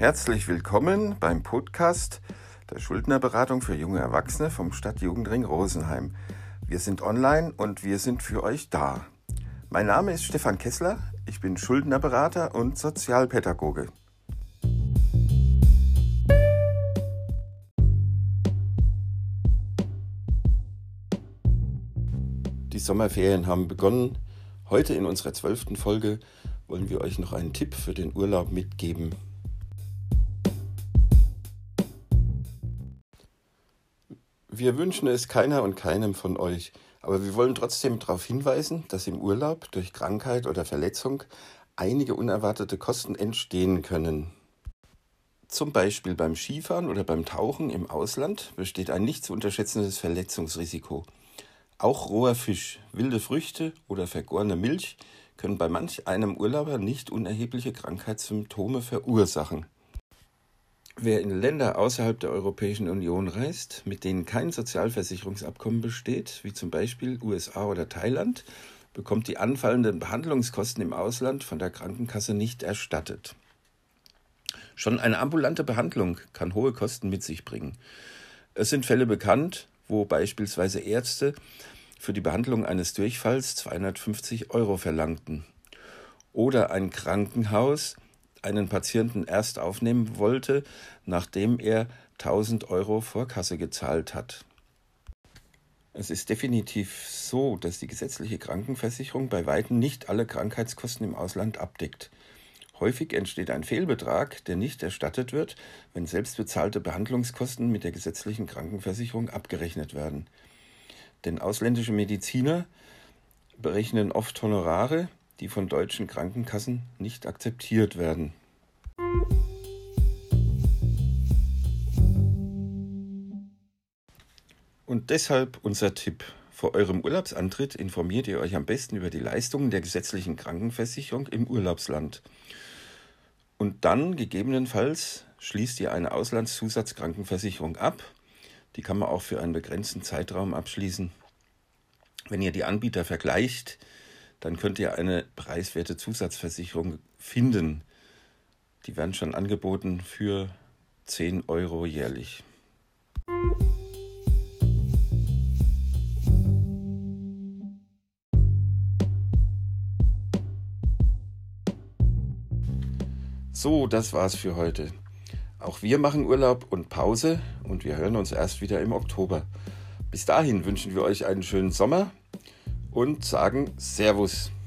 Herzlich willkommen beim Podcast der Schuldnerberatung für junge Erwachsene vom Stadtjugendring Rosenheim. Wir sind online und wir sind für euch da. Mein Name ist Stefan Kessler, ich bin Schuldnerberater und Sozialpädagoge. Die Sommerferien haben begonnen. Heute in unserer 12. Folge wollen wir euch noch einen Tipp für den Urlaub mitgeben. Wir wünschen es keiner und keinem von euch, aber wir wollen trotzdem darauf hinweisen, dass im Urlaub durch Krankheit oder Verletzung einige unerwartete Kosten entstehen können. Zum Beispiel beim Skifahren oder beim Tauchen im Ausland besteht ein nicht zu unterschätzendes Verletzungsrisiko. Auch roher Fisch, wilde Früchte oder vergorene Milch können bei manch einem Urlauber nicht unerhebliche Krankheitssymptome verursachen. Wer in Länder außerhalb der Europäischen Union reist, mit denen kein Sozialversicherungsabkommen besteht, wie zum Beispiel USA oder Thailand, bekommt die anfallenden Behandlungskosten im Ausland von der Krankenkasse nicht erstattet. Schon eine ambulante Behandlung kann hohe Kosten mit sich bringen. Es sind Fälle bekannt, wo beispielsweise Ärzte für die Behandlung eines Durchfalls 250 € verlangten. Oder ein Krankenhaus einen Patienten erst aufnehmen wollte, nachdem er 1.000 € Vorkasse gezahlt hat. Es ist definitiv so, dass die gesetzliche Krankenversicherung bei weitem nicht alle Krankheitskosten im Ausland abdeckt. Häufig entsteht ein Fehlbetrag, der nicht erstattet wird, wenn selbstbezahlte Behandlungskosten mit der gesetzlichen Krankenversicherung abgerechnet werden. Denn ausländische Mediziner berechnen oft Honorare, die von deutschen Krankenkassen nicht akzeptiert werden. Und deshalb unser Tipp. Vor eurem Urlaubsantritt informiert ihr euch am besten über die Leistungen der gesetzlichen Krankenversicherung im Urlaubsland. Und dann gegebenenfalls schließt ihr eine Auslandszusatzkrankenversicherung ab. Die kann man auch für einen begrenzten Zeitraum abschließen. Wenn ihr die Anbieter vergleicht, dann könnt ihr eine preiswerte Zusatzversicherung finden. Die werden schon angeboten für 10 € jährlich. So, das war's für heute. Auch wir machen Urlaub und Pause und wir hören uns erst wieder im Oktober. Bis dahin wünschen wir euch einen schönen Sommer und sagen Servus.